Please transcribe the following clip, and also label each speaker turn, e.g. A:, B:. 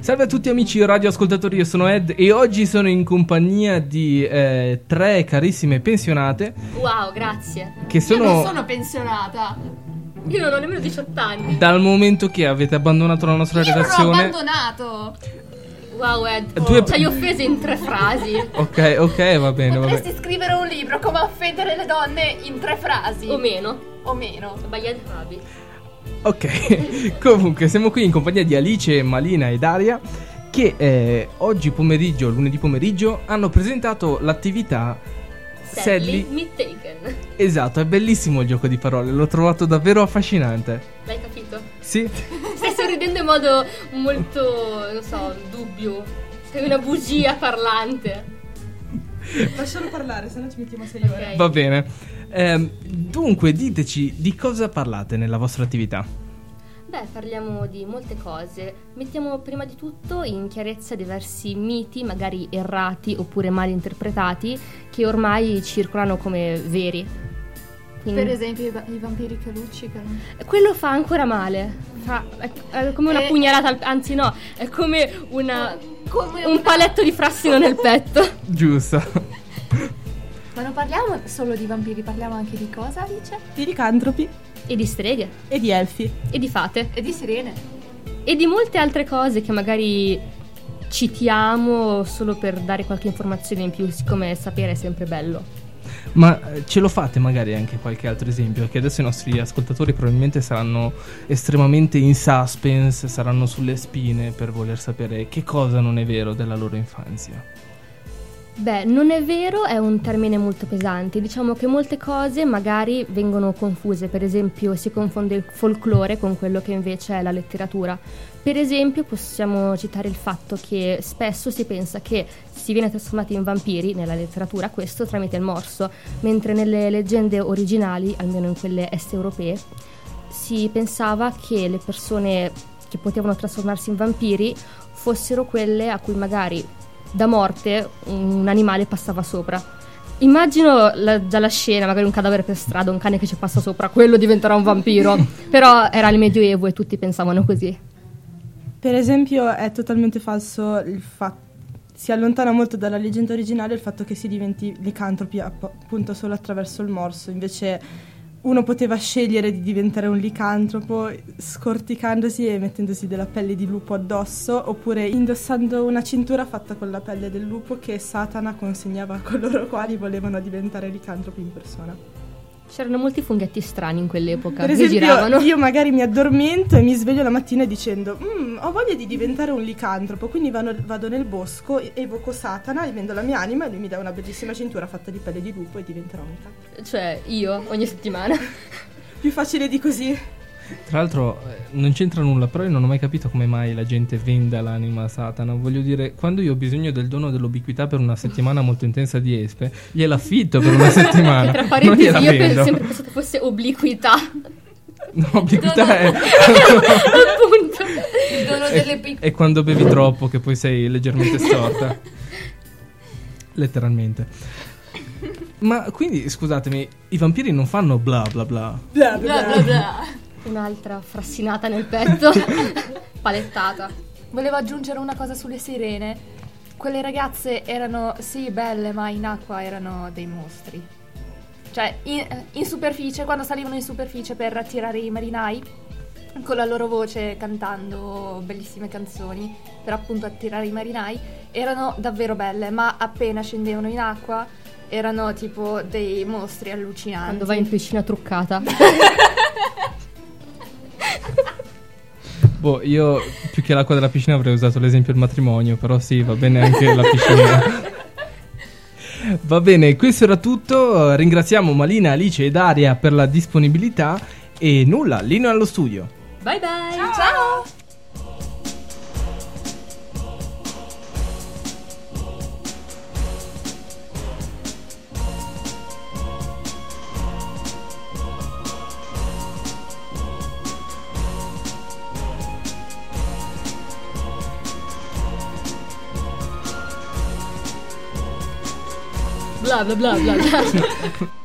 A: Salve a tutti amici radioascoltatori, io sono Ed e oggi sono in compagnia di 3 carissime pensionate.
B: Wow, grazie.
A: Che sono...
C: Io non sono pensionata.
B: Io non ho nemmeno 18 anni.
A: Dal momento che avete abbandonato la nostra redazione.
C: Non ho abbandonato.
B: Wow, Ed, ci hai offese in 3 frasi.
A: Ok, va bene.
C: Potresti scrivere un libro come offendere le donne in 3 frasi.
B: O meno.
C: Sbagliate.
A: Ok, comunque siamo qui in compagnia di Alice, Malina e Daria che oggi pomeriggio, lunedì pomeriggio, hanno presentato l'attività
B: Sadly Mistaken.
A: Esatto, è bellissimo il gioco di parole, l'ho trovato davvero affascinante.
B: L'hai capito?
A: Sì.
B: Stai sorridendo in modo molto, non so, dubbio. Sei una bugia parlante.
D: Lascialo parlare, se no ci mettiamo a 6 ore.
B: Ok.
A: Va bene. Dunque, diteci di cosa parlate nella vostra attività.
B: Beh, parliamo di molte cose. Mettiamo prima di tutto in chiarezza diversi miti, magari errati oppure mal interpretati, che ormai circolano come veri. Quindi,
C: Per esempio i vampiri che luccicano.
B: quello fa ancora male. È come una pugnalata, anzi no, è come un paletto di frassino nel petto.
A: Giusto.
C: Ma non parliamo solo di vampiri, parliamo anche di cosa, Alice?
D: Di licantropi
B: E di streghe,
D: e di elfi.
B: e di fate,
C: E di sirene.
B: e di molte altre cose che magari citiamo solo per dare qualche informazione in più, siccome sapere è sempre bello.
A: Ma ce lo fate magari anche qualche altro esempio? Perché adesso i nostri ascoltatori probabilmente saranno estremamente in suspense, saranno sulle spine per voler sapere che cosa non è vero della loro infanzia.
B: Beh, non è vero, è un termine molto pesante. Diciamo che molte cose magari vengono confuse. Per esempio, si confonde il folklore con quello che invece è la letteratura. Per esempio, possiamo citare il fatto che spesso si pensa che si viene trasformati in vampiri nella letteratura, questo tramite il morso, mentre nelle leggende originali, almeno in quelle est-europee, si pensava che le persone che potevano trasformarsi in vampiri fossero quelle a cui magari da morte un animale passava sopra. Immagino già la scena, magari un cadavere per strada, un cane che ci passa sopra, quello diventerà un vampiro. Però era il Medioevo e tutti pensavano così.
D: Per esempio è totalmente falso il fatto, si allontana molto dalla leggenda originale il fatto che si diventi licantropi appunto solo attraverso il morso. Invece uno poteva scegliere di diventare un licantropo scorticandosi e mettendosi della pelle di lupo addosso, oppure indossando una cintura fatta con la pelle del lupo che Satana consegnava a coloro quali volevano diventare licantropi in persona.
B: C'erano molti funghetti strani in quell'epoca,
D: Per
B: che
D: esempio,
B: giravano.
D: io magari mi addormento e mi sveglio la mattina dicendo ho voglia di diventare un licantropo, quindi vado nel bosco, evoco Satana, gli vendo la mia anima e lui mi dà una bellissima cintura fatta di pelle di lupo e diventerò un licantropo.
B: Cioè, io, ogni settimana.
D: Più facile di così.
A: Tra l'altro non c'entra nulla, però io non ho mai capito come mai la gente venda l'anima a Satana. Voglio dire, quando io ho bisogno del dono dell'ubiquità per una settimana molto intensa di espe, gliel'affitto per una settimana.
B: Tra
A: Non
B: parentesi,
A: gliela
B: io
A: vendo.
B: sempre pensato fosse obliquità.
A: No, ubiquità è...
B: Appunto.
C: Il dono delle piccole.
A: è quando bevi troppo che poi sei leggermente storta. Letteralmente. Ma quindi, scusatemi, i vampiri non fanno bla bla bla?
D: Bla bla
C: Bla
D: bla.
C: bla bla.
B: Un'altra frassinata nel petto. Palettata.
C: Volevo aggiungere una cosa sulle sirene. Quelle ragazze erano sì belle, ma in acqua erano dei mostri. Cioè in superficie, quando salivano in superficie per attirare i marinai, con la loro voce cantando bellissime canzoni per appunto attirare i marinai, erano davvero belle, ma appena scendevano in acqua erano tipo dei mostri allucinanti.
B: Quando vai in piscina truccata.
A: Boh, io più che l'acqua della piscina avrei usato l'esempio del matrimonio, però sì, va bene anche la piscina. Va bene, questo era tutto. Ringraziamo Malina, Alice e Daria per la disponibilità e nulla, Lino è allo studio.
B: Bye bye.
C: Ciao!
B: Bla bla bla bla bla.